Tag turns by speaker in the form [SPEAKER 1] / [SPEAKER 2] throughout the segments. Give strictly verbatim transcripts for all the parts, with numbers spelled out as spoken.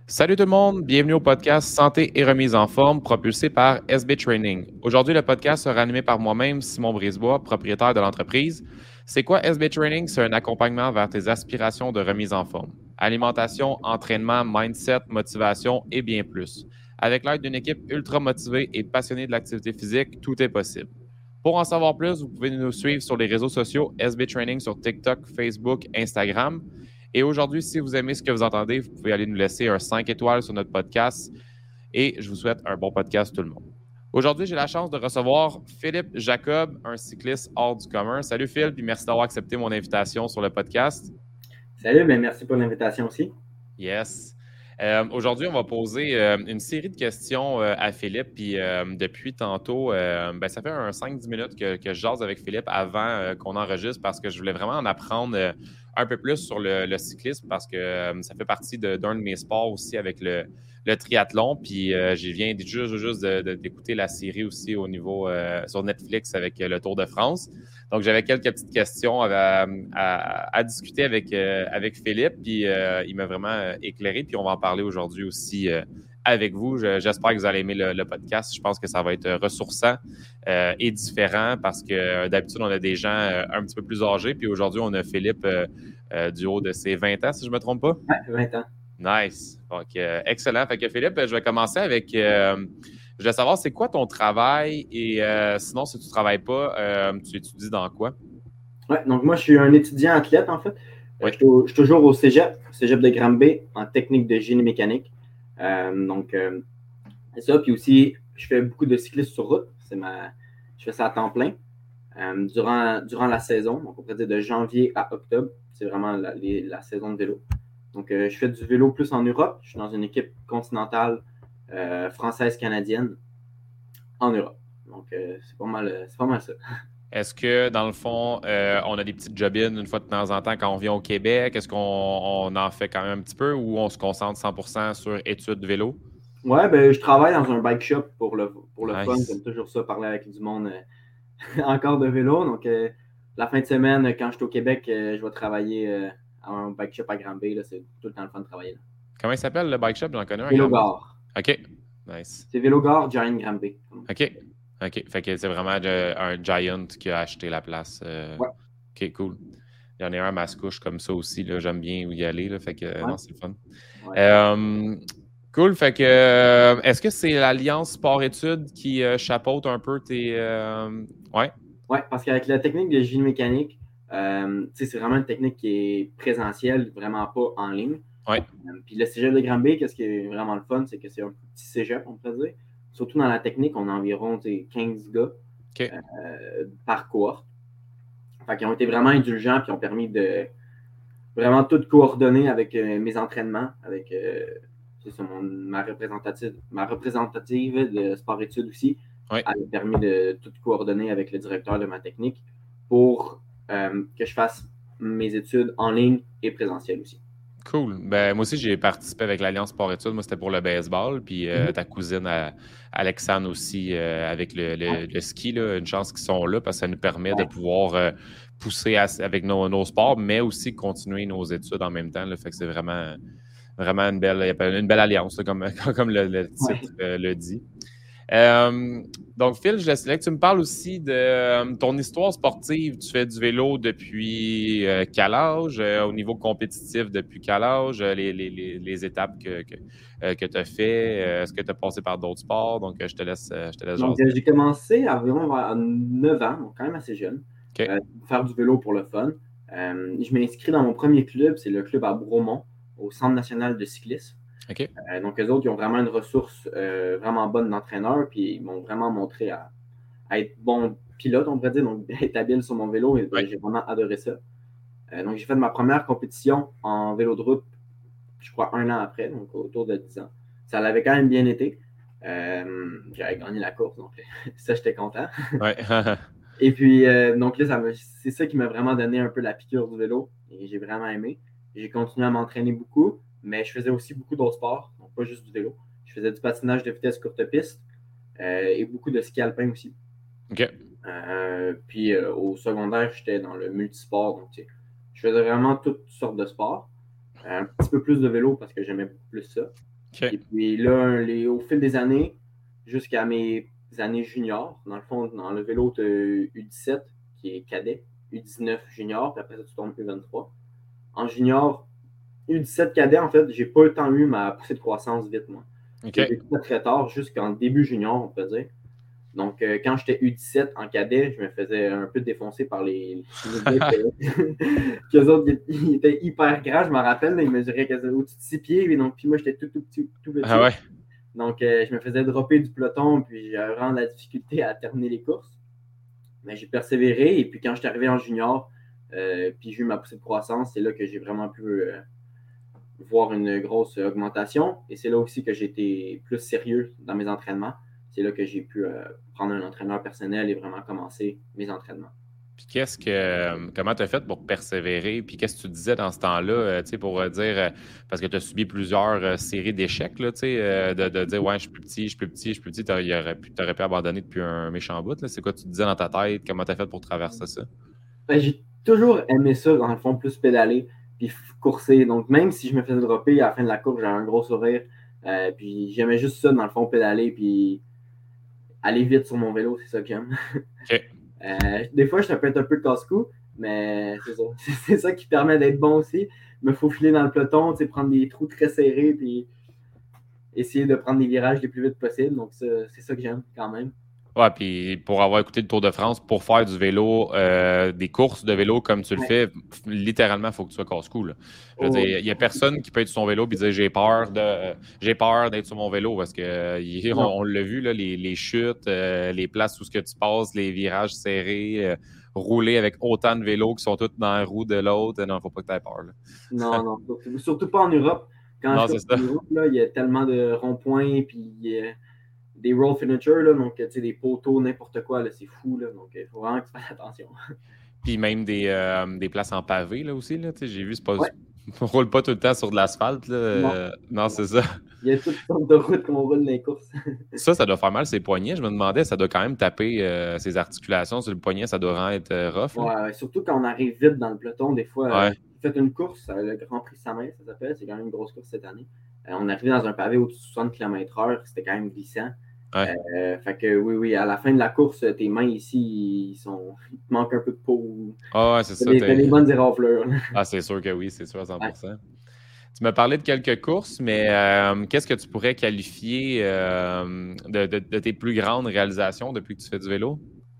[SPEAKER 1] Salut tout le monde, bienvenue au podcast Santé et remise en forme propulsé par S B Training. Aujourd'hui, le podcast sera animé par moi-même, Simon Brisebois, propriétaire de l'entreprise. C'est quoi S B Training? C'est un accompagnement vers tes aspirations de remise en forme. Alimentation, entraînement, mindset, motivation et bien plus. Avec l'aide d'une équipe ultra motivée et passionnée de l'activité physique, tout est possible. Pour en savoir plus, vous pouvez nous suivre sur les réseaux sociaux S B Training sur TikTok, Facebook, Instagram. Et aujourd'hui, si vous aimez ce que vous entendez, vous pouvez aller nous laisser un cinq étoiles sur notre podcast. Et je vous souhaite un bon podcast tout le monde. Aujourd'hui, j'ai la chance de recevoir Philippe Jacob, un cycliste hors du commun. Salut Phil, puis merci d'avoir accepté mon invitation sur le podcast.
[SPEAKER 2] Salut, ben merci pour l'invitation aussi.
[SPEAKER 1] Yes. Euh, aujourd'hui, on va poser euh, une série de questions euh, à Philippe. Puis euh, depuis tantôt, euh, ben, ça fait un cinq dix minutes que, que je jase avec Philippe avant euh, qu'on enregistre parce que je voulais vraiment en apprendre euh, un peu plus sur le, le cyclisme parce que euh, ça fait partie de- d'un de, mes sports aussi avec le, le triathlon. Puis euh, je viens juste, juste de- de- d'écouter la série aussi au niveau euh, sur Netflix avec euh, le Tour de France. Donc, j'avais quelques petites questions à, à- à discuter avec, euh, avec Philippe, puis euh, il m'a vraiment euh, éclairé, puis on va en parler aujourd'hui aussi euh, avec vous. Je- j'espère que vous allez aimer le, le podcast. Je pense que ça va être ressourçant euh, et différent parce que euh, d'habitude, on a des gens euh, un petit peu plus âgés, puis aujourd'hui, on a Philippe euh, euh, du haut de ses vingt ans, si je ne me trompe pas.
[SPEAKER 2] Ouais, vingt ans.
[SPEAKER 1] Nice. Donc, euh, excellent. Fait que Philippe, je vais commencer avec. Euh, je veux savoir, c'est quoi ton travail et euh, sinon, si tu ne travailles pas, euh, tu étudies dans quoi?
[SPEAKER 2] Ouais, donc moi, je suis un étudiant athlète, en fait. Euh,
[SPEAKER 1] Oui.
[SPEAKER 2] je, suis au- je suis toujours au cégep, cégep de Granby, en technique de génie mécanique. Euh, donc, euh, c'est ça. Puis aussi, je fais beaucoup de cyclisme sur route. C'est ma... Je fais ça à temps plein euh, durant, durant la saison. Donc, on pourrait dire de janvier à octobre. C'est vraiment la, les- la saison de vélo. Donc, euh, je fais du vélo plus en Europe. Je suis dans une équipe continentale euh, française-canadienne en Europe. Donc, euh, c'est pas mal, c'est pas mal ça.
[SPEAKER 1] Est-ce que, dans le fond, euh, on a des petites job-ins une fois de temps en temps quand on vient au Québec? Est-ce qu'on on en fait quand même un petit peu ou on se concentre cent pour cent sur études de vélo?
[SPEAKER 2] Ouais, ben, je travaille dans un bike shop pour le, pour le fun.
[SPEAKER 1] Nice.
[SPEAKER 2] J'aime toujours ça, parler avec du monde euh, encore de vélo. Donc, euh, la fin de semaine, quand je suis au Québec, euh, je vais travailler euh, à un bike shop à Granby. Là, c'est tout le temps le fun de travailler là.
[SPEAKER 1] Comment il s'appelle le bike shop? J'en connais un à Granby.
[SPEAKER 2] Vélogare.
[SPEAKER 1] OK. Nice.
[SPEAKER 2] C'est Vélogare Giant Granby.
[SPEAKER 1] OK. OK. Fait que c'est vraiment de- un giant qui a acheté la place. euh,
[SPEAKER 2] Ouais,
[SPEAKER 1] OK, cool. Il y en a un à Mascouche comme ça aussi. Là. J'aime bien où y aller. Là. Fait que euh,
[SPEAKER 2] ouais,
[SPEAKER 1] non, c'est le fun.
[SPEAKER 2] ouais.
[SPEAKER 1] Euh, cool. Fait que euh, est-ce que c'est l'Alliance Sport-Études qui euh, chapeaute un peu tes. euh, Ouais.
[SPEAKER 2] Ouais, parce qu'avec la technique de génie mécanique, euh, c'est vraiment une technique qui est présentielle, vraiment pas en ligne.
[SPEAKER 1] Ouais.
[SPEAKER 2] Euh, Puis le cégep de Granby, qu'est-ce qui est vraiment le fun, c'est que c'est un petit cégep, on peut dire. Surtout dans la technique, on a environ quinze gars
[SPEAKER 1] OK.
[SPEAKER 2] euh, par cohorte. Fait qu'ils ont été vraiment indulgents puis ont permis de vraiment tout coordonner avec euh, mes entraînements, avec euh, c'est mon, ma, représentative, ma représentative de sport-études aussi.
[SPEAKER 1] Ouais.
[SPEAKER 2] Elle a permis de tout coordonner avec le directeur de ma technique pour euh, que je fasse mes études en ligne et présentielles aussi.
[SPEAKER 1] Cool. Ben, moi aussi, j'ai participé avec l'Alliance Sport-Études. Moi, c'était pour le baseball. Puis euh,
[SPEAKER 2] Mm-hmm.
[SPEAKER 1] ta cousine, euh, Alexandre aussi, euh, avec le, le-
[SPEAKER 2] Ouais.
[SPEAKER 1] le ski, là, une chance qu'ils sont là parce que ça nous permet de
[SPEAKER 2] Ouais.
[SPEAKER 1] pouvoir euh, pousser à- avec nos, nos sports, mais aussi continuer nos études en même temps. Là. Fait que c'est vraiment, vraiment une belle, une belle alliance, là, comme, comme le, le titre
[SPEAKER 2] Ouais.
[SPEAKER 1] euh, le dit. Euh, donc, Phil, je laisse là que tu me parles aussi de euh, ton histoire sportive. Tu fais du vélo depuis euh, quel âge? Euh, au niveau compétitif, depuis quel âge? Euh, les, les- les- les étapes que, que, euh, que tu as fait? Euh, est-ce que tu as passé par d'autres sports? Donc, euh, je te laisse, euh, je te laisse
[SPEAKER 2] Donc,
[SPEAKER 1] jaser.
[SPEAKER 2] euh, j'ai commencé à environ à neuf ans, donc quand même assez jeune,
[SPEAKER 1] OK.
[SPEAKER 2] euh, faire du vélo pour le fun. Euh, je m'ai inscrit dans mon premier club, c'est le club à Bromont, au Centre national de cyclisme.
[SPEAKER 1] OK.
[SPEAKER 2] Euh, donc, eux autres, ils ont vraiment une ressource euh, vraiment bonne d'entraîneur, puis ils m'ont vraiment montré à, à être bon pilote, on pourrait dire, donc être habile sur mon vélo, et
[SPEAKER 1] Ouais.
[SPEAKER 2] j'ai vraiment adoré ça. Euh, donc, j'ai fait ma première compétition en vélo de route, je crois, un an après, donc autour de dix ans. Ça l'avait quand même bien été. Euh, j'avais gagné la course, donc ça, j'étais content.
[SPEAKER 1] Ouais.
[SPEAKER 2] Et puis, euh, donc là, ça c'est ça qui m'a vraiment donné un peu la piqûre du vélo, et j'ai vraiment aimé. J'ai continué à m'entraîner beaucoup, mais je faisais aussi beaucoup d'autres sports, donc pas juste du vélo. Je faisais du patinage de vitesse courte piste euh, et beaucoup de ski alpin aussi.
[SPEAKER 1] OK.
[SPEAKER 2] Euh, puis euh, au secondaire, j'étais dans le multisport. Donc, tu sais, je faisais vraiment toutes sortes de sports. Euh, un petit peu plus de vélo parce que j'aimais beaucoup plus ça.
[SPEAKER 1] Okay.
[SPEAKER 2] Et puis là, les, au fil des années, jusqu'à mes années juniors, dans le fond, dans le vélo, tu as U dix-sept, qui est cadet, U dix-neuf junior, puis après ça, tu tombes U vingt-trois. En junior, U dix-sept cadet, en fait, j'ai pas le temps eu ma poussée de croissance vite, moi.
[SPEAKER 1] Okay.
[SPEAKER 2] J'ai vécu très tard, jusqu'en début junior, on peut dire. Donc, euh, quand j'étais U dix-sept en cadet, je me faisais un peu défoncer par les, les gars que, qu'eux autres, ils étaient hyper grands, je me rappelle, là, ils mesuraient au-dessus de six pieds, et donc, puis moi, j'étais tout, tout petit. Tout petit.
[SPEAKER 1] Ah ouais?
[SPEAKER 2] Donc, euh, je me faisais dropper du peloton, puis j'avais vraiment de la difficulté à terminer les courses. Mais j'ai persévéré, et puis quand j'étais arrivé en junior, euh, puis j'ai eu ma poussée de croissance, c'est là que j'ai vraiment pu euh, voir une grosse augmentation. Et c'est là aussi que j'ai été plus sérieux dans mes entraînements. C'est là que j'ai pu euh, prendre un entraîneur personnel et vraiment commencer mes entraînements.
[SPEAKER 1] Puis qu'est-ce que comment tu as fait pour persévérer? Puis qu'est-ce que tu disais dans ce temps-là, euh, tu sais, pour euh, dire euh, parce que tu as subi plusieurs euh, séries d'échecs, là, tu sais, euh, de, de dire ouais, je suis plus petit, je suis plus petit, je suis plus petit, tu aurais pu, pu abandonner depuis un méchant bout. Là. C'est quoi tu disais dans ta tête? Comment tu as fait pour traverser ça?
[SPEAKER 2] Ben, j'ai toujours aimé ça, dans le fond, plus pédaler puis courser. Donc, même si je me faisais dropper à la fin de la course, j'avais un gros sourire. Euh, puis j'aimais juste ça, dans le fond, pédaler puis aller vite sur mon vélo, c'est ça que j'aime.
[SPEAKER 1] Okay.
[SPEAKER 2] Euh, des fois, ça peut être un peu casse-cou, mais c'est ça. C'est ça qui permet d'être bon aussi. Il me faut filer dans le peloton, prendre des trous très serrés, puis essayer de prendre des virages les plus vite possible. Donc, ça, c'est ça que j'aime quand même.
[SPEAKER 1] Ouais, puis pour avoir écouté le Tour de France, pour faire du vélo, euh, des courses de vélo comme tu le
[SPEAKER 2] Ouais.
[SPEAKER 1] fais, littéralement, il faut que tu sois casse-cou. Là. Je veux
[SPEAKER 2] Oh.
[SPEAKER 1] dire, il n'y a personne qui peut être sur son vélo et dire j'ai peur de euh, j'ai peur d'être sur mon vélo parce que euh, on, on l'a vu, là, les, les chutes, euh, les places où ce que tu passes, les virages serrés, euh, rouler avec autant de vélos qui sont tous dans la roue de l'autre. Non, il ne faut pas que tu aies peur. Là.
[SPEAKER 2] Non, non, surtout, surtout pas en Europe. Quand
[SPEAKER 1] Non,
[SPEAKER 2] je
[SPEAKER 1] c'est
[SPEAKER 2] suis
[SPEAKER 1] ça.
[SPEAKER 2] en Europe, là, il y a tellement de ronds-points, puis euh, des roll finishers, là, donc des poteaux, n'importe quoi, là, c'est fou. Là, donc, il faut vraiment que tu fasses attention.
[SPEAKER 1] Puis même des, euh, des places en pavé là aussi. Là, j'ai vu, c'est pas.
[SPEAKER 2] Ouais.
[SPEAKER 1] On roule pas tout le temps sur de l'asphalte. Là.
[SPEAKER 2] Non,
[SPEAKER 1] Euh, non, c'est ça.
[SPEAKER 2] il y a toutes sortes de routes qu'on roule dans les courses.
[SPEAKER 1] Ça, ça doit faire mal ses poignets. Je me demandais, ça doit quand même taper euh, ses articulations sur le poignet. Ça doit vraiment être euh, rough. Là.
[SPEAKER 2] Ouais, surtout quand on arrive vite dans le peloton, des fois,
[SPEAKER 1] Ouais.
[SPEAKER 2] euh, faites une course, euh, le Grand Prix Samin, ça s'appelle, c'est quand même une grosse course cette année. Euh, on est arrivé dans un pavé au-dessus de soixante kilomètres heure, c'était quand même glissant.
[SPEAKER 1] Ouais.
[SPEAKER 2] Euh, fait que oui, oui, à la fin de la course, tes mains ici, ils sont. Il te manque un peu de peau.
[SPEAKER 1] Ah, ouais, c'est ça.
[SPEAKER 2] T'as des, t'as des bonnes éraflures.
[SPEAKER 1] Ah, c'est sûr que oui, c'est sûr à cent pour cent.
[SPEAKER 2] Ouais.
[SPEAKER 1] Tu m'as parlé de quelques courses, mais euh, qu'est-ce que tu pourrais qualifier euh, de, de, de tes plus grandes réalisations depuis que tu fais du vélo?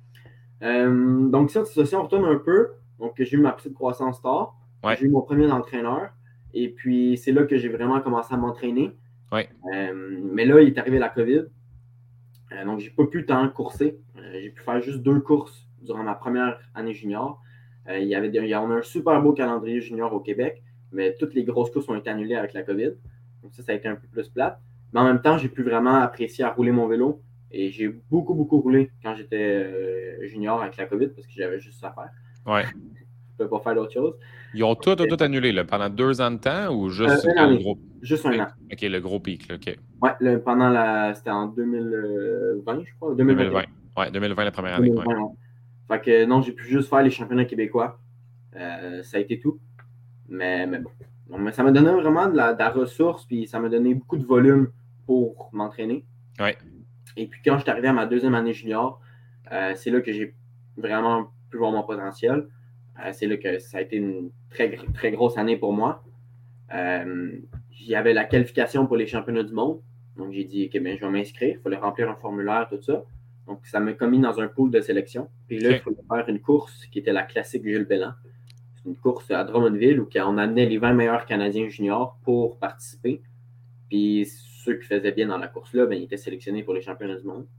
[SPEAKER 2] Euh, donc, ça, si on retourne un peu, donc j'ai eu ma petite croissance tard.
[SPEAKER 1] Ouais.
[SPEAKER 2] J'ai eu mon premier entraîneur. Et puis, c'est là que j'ai vraiment commencé à m'entraîner.
[SPEAKER 1] Ouais.
[SPEAKER 2] Euh, mais là, il est arrivé la COVID. Euh, donc, j'ai pas pu tant courser. Euh, j'ai pu faire juste deux courses durant ma première année junior. Euh, il y avait des, il y a, on a un super beau calendrier junior au Québec, mais toutes les grosses courses ont été annulées avec la COVID. Donc, ça, ça a été un peu plus plate. Mais en même temps, j'ai pu vraiment apprécier à rouler mon vélo. Et j'ai beaucoup, beaucoup roulé quand j'étais euh, junior avec la COVID parce que j'avais juste ça à faire.
[SPEAKER 1] Ouais.
[SPEAKER 2] Je ne pouvais pas faire d'autre chose.
[SPEAKER 1] Ils ont tout, tout, tout annulé là, pendant deux ans de temps ou juste
[SPEAKER 2] Euh, une
[SPEAKER 1] le
[SPEAKER 2] année.
[SPEAKER 1] gros.
[SPEAKER 2] Juste un an.
[SPEAKER 1] OK, le gros pic. Là, OK.
[SPEAKER 2] Ouais, le, pendant la. C'était en deux mille vingt, je crois. deux mille vingt.
[SPEAKER 1] deux mille vingt. Ouais, deux mille vingt, la première année.
[SPEAKER 2] deux mille vingt, ouais. Fait que non, j'ai pu juste faire les championnats québécois. Euh, ça a été tout. Mais, mais bon. Donc, mais ça m'a donné vraiment de la, de la ressource, puis ça m'a donné beaucoup de volume pour m'entraîner.
[SPEAKER 1] Ouais.
[SPEAKER 2] Et puis quand je suis arrivé à ma deuxième année junior, euh, c'est là que j'ai vraiment pu voir mon potentiel. Euh, c'est là que ça a été une très, très grosse année pour moi. Euh, il y avait la qualification pour les championnats du monde. Donc j'ai dit, OK, bien, je vais m'inscrire. Il fallait remplir un formulaire, tout ça. Donc ça m'a commis dans un pool de sélection. Puis là,
[SPEAKER 1] OK.
[SPEAKER 2] il fallait faire une course qui était la classique Jules Belland. C'est une course à Drummondville où on amenait les vingt meilleurs Canadiens juniors pour participer. Puis ceux qui faisaient bien dans la course-là, ben, ils étaient sélectionnés pour les championnats du monde.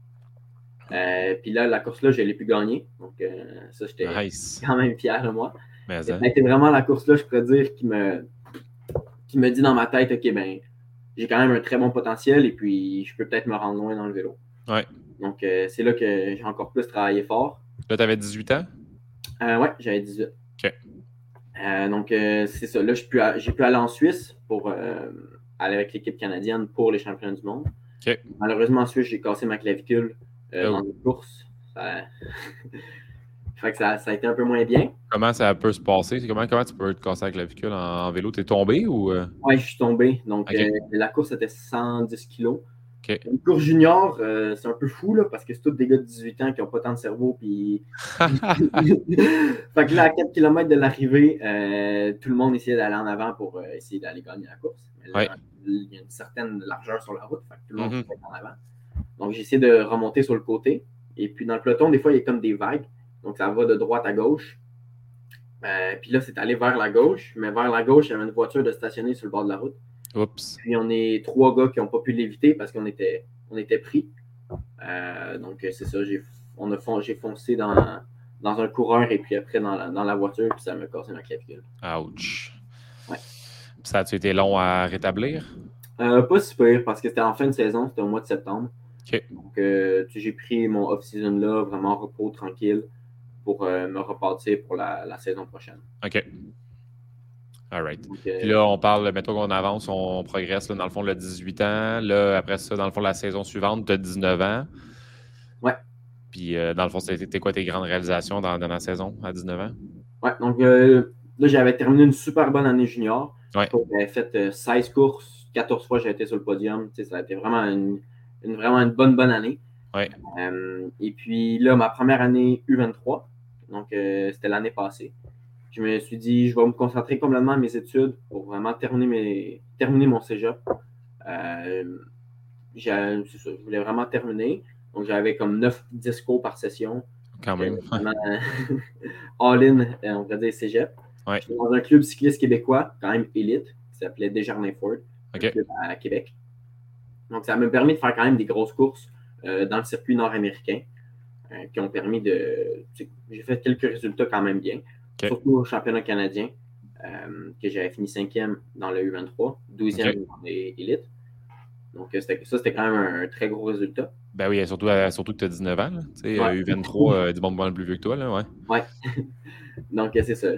[SPEAKER 2] Euh, puis là, la course-là, je l'ai pu gagner. Donc euh, ça, j'étais
[SPEAKER 1] Nice.
[SPEAKER 2] quand même fier de moi.
[SPEAKER 1] Mais,
[SPEAKER 2] Ça
[SPEAKER 1] hein.
[SPEAKER 2] a été vraiment la course-là, je pourrais dire, qui me, qui me dit dans ma tête, OK, ben, j'ai quand même un très bon potentiel et puis je peux peut-être me rendre loin dans le vélo.
[SPEAKER 1] Ouais.
[SPEAKER 2] Donc euh, c'est là que j'ai encore plus travaillé fort.
[SPEAKER 1] Là, tu avais dix-huit ans?
[SPEAKER 2] Euh, ouais, j'avais dix-huit.
[SPEAKER 1] OK.
[SPEAKER 2] Euh, donc euh, c'est ça. Là, j'ai pu, j'ai pu aller en Suisse pour euh, aller avec l'équipe canadienne pour les championnats du monde.
[SPEAKER 1] OK.
[SPEAKER 2] Malheureusement, en Suisse, j'ai cassé ma clavicule euh,
[SPEAKER 1] Oh.
[SPEAKER 2] dans une course. Ça... fait que ça, ça a été un peu moins bien.
[SPEAKER 1] comment ça peut se passer? Comment, comment tu peux te casser la clavicule en, en vélo? T'es tombé ou. Euh...
[SPEAKER 2] Ouais, je suis tombé. Donc,
[SPEAKER 1] OK.
[SPEAKER 2] euh, la course était cent dix kilos.
[SPEAKER 1] OK.
[SPEAKER 2] Une course junior, euh, c'est un peu fou, là, parce que c'est tous des gars de dix-huit ans qui n'ont pas tant de cerveau. Puis... fait que là, à quatre kilomètres de l'arrivée, euh, tout le monde essayait d'aller en avant pour euh, essayer d'aller gagner la course. Mais là,
[SPEAKER 1] Ouais.
[SPEAKER 2] il y a une certaine largeur sur la route. Fait que tout le monde
[SPEAKER 1] Mm-hmm.
[SPEAKER 2] se met en avant. Donc, j'ai essayé de remonter sur le côté. Et puis, dans le peloton, des fois, il y a comme des vagues. Donc, ça va de droite à gauche. Euh, puis là, c'est allé vers la gauche. Mais vers la gauche, il y avait une voiture de stationner sur le bord de la route.
[SPEAKER 1] Oups.
[SPEAKER 2] Puis, on est trois gars qui n'ont pas pu l'éviter parce qu'on était, on était pris. Euh, donc, c'est ça. J'ai, on a fon- j'ai foncé dans, dans un coureur et puis après dans la, dans la voiture. Puis, ça m'a cassé ma clavicule.
[SPEAKER 1] Ouch.
[SPEAKER 2] Ouais.
[SPEAKER 1] Ça a-tu été long à rétablir?
[SPEAKER 2] Euh, pas si pire parce que c'était en fin de saison. C'était au mois de septembre.
[SPEAKER 1] OK.
[SPEAKER 2] Donc, euh, j'ai pris mon off-season là, vraiment repos, tranquille, pour euh, me repartir pour la, la saison prochaine.
[SPEAKER 1] OK. All right.
[SPEAKER 2] Donc, euh,
[SPEAKER 1] Puis là, on parle, mettons qu'on avance, on progresse, là, dans le fond, le dix-huit ans. Là, après ça, dans le fond, la saison suivante, tu as dix-neuf ans.
[SPEAKER 2] Ouais.
[SPEAKER 1] Puis, euh, dans le fond, c'était quoi tes grandes réalisations dans, dans la saison à dix-neuf ans?
[SPEAKER 2] Ouais, donc euh, là, j'avais terminé une super bonne année junior.
[SPEAKER 1] Ouais.
[SPEAKER 2] J'avais fait euh, seize courses, quatorze fois j'ai été sur le podium. Tu sais, ça a été vraiment une, une, vraiment une bonne, bonne année.
[SPEAKER 1] Ouais.
[SPEAKER 2] Euh, et puis là, ma première année U vingt-trois, donc euh, c'était l'année passée. Je me suis dit, je vais me concentrer complètement à mes études pour vraiment terminer, mes, terminer mon cégep. Euh, j'ai, c'est ça, je voulais vraiment terminer. Donc, j'avais comme neuf dix cours par session.
[SPEAKER 1] Quand même.
[SPEAKER 2] Vraiment, all-in, on va dire cégep.
[SPEAKER 1] Ouais.
[SPEAKER 2] J'étais dans un club cycliste québécois, quand même élite, qui s'appelait Desjardins-Ford,
[SPEAKER 1] OK.
[SPEAKER 2] un club à Québec. Donc, ça m'a permis de faire quand même des grosses courses euh, dans le circuit nord-américain euh, qui ont permis de. J'ai fait quelques résultats quand même bien,
[SPEAKER 1] OK.
[SPEAKER 2] surtout au championnat canadien, euh, que j'avais fini cinquième dans le U vingt-trois, douzième
[SPEAKER 1] OK.
[SPEAKER 2] dans les élites. Donc, c'était, ça, c'était quand même un, un très gros résultat.
[SPEAKER 1] Ben oui, surtout, euh, surtout que tu as dix-neuf ans. Tu sais,
[SPEAKER 2] Ouais.
[SPEAKER 1] U vingt-trois, euh, du monde pas plus vieux que toi. Là, ouais.
[SPEAKER 2] Ouais. Donc, c'est ça.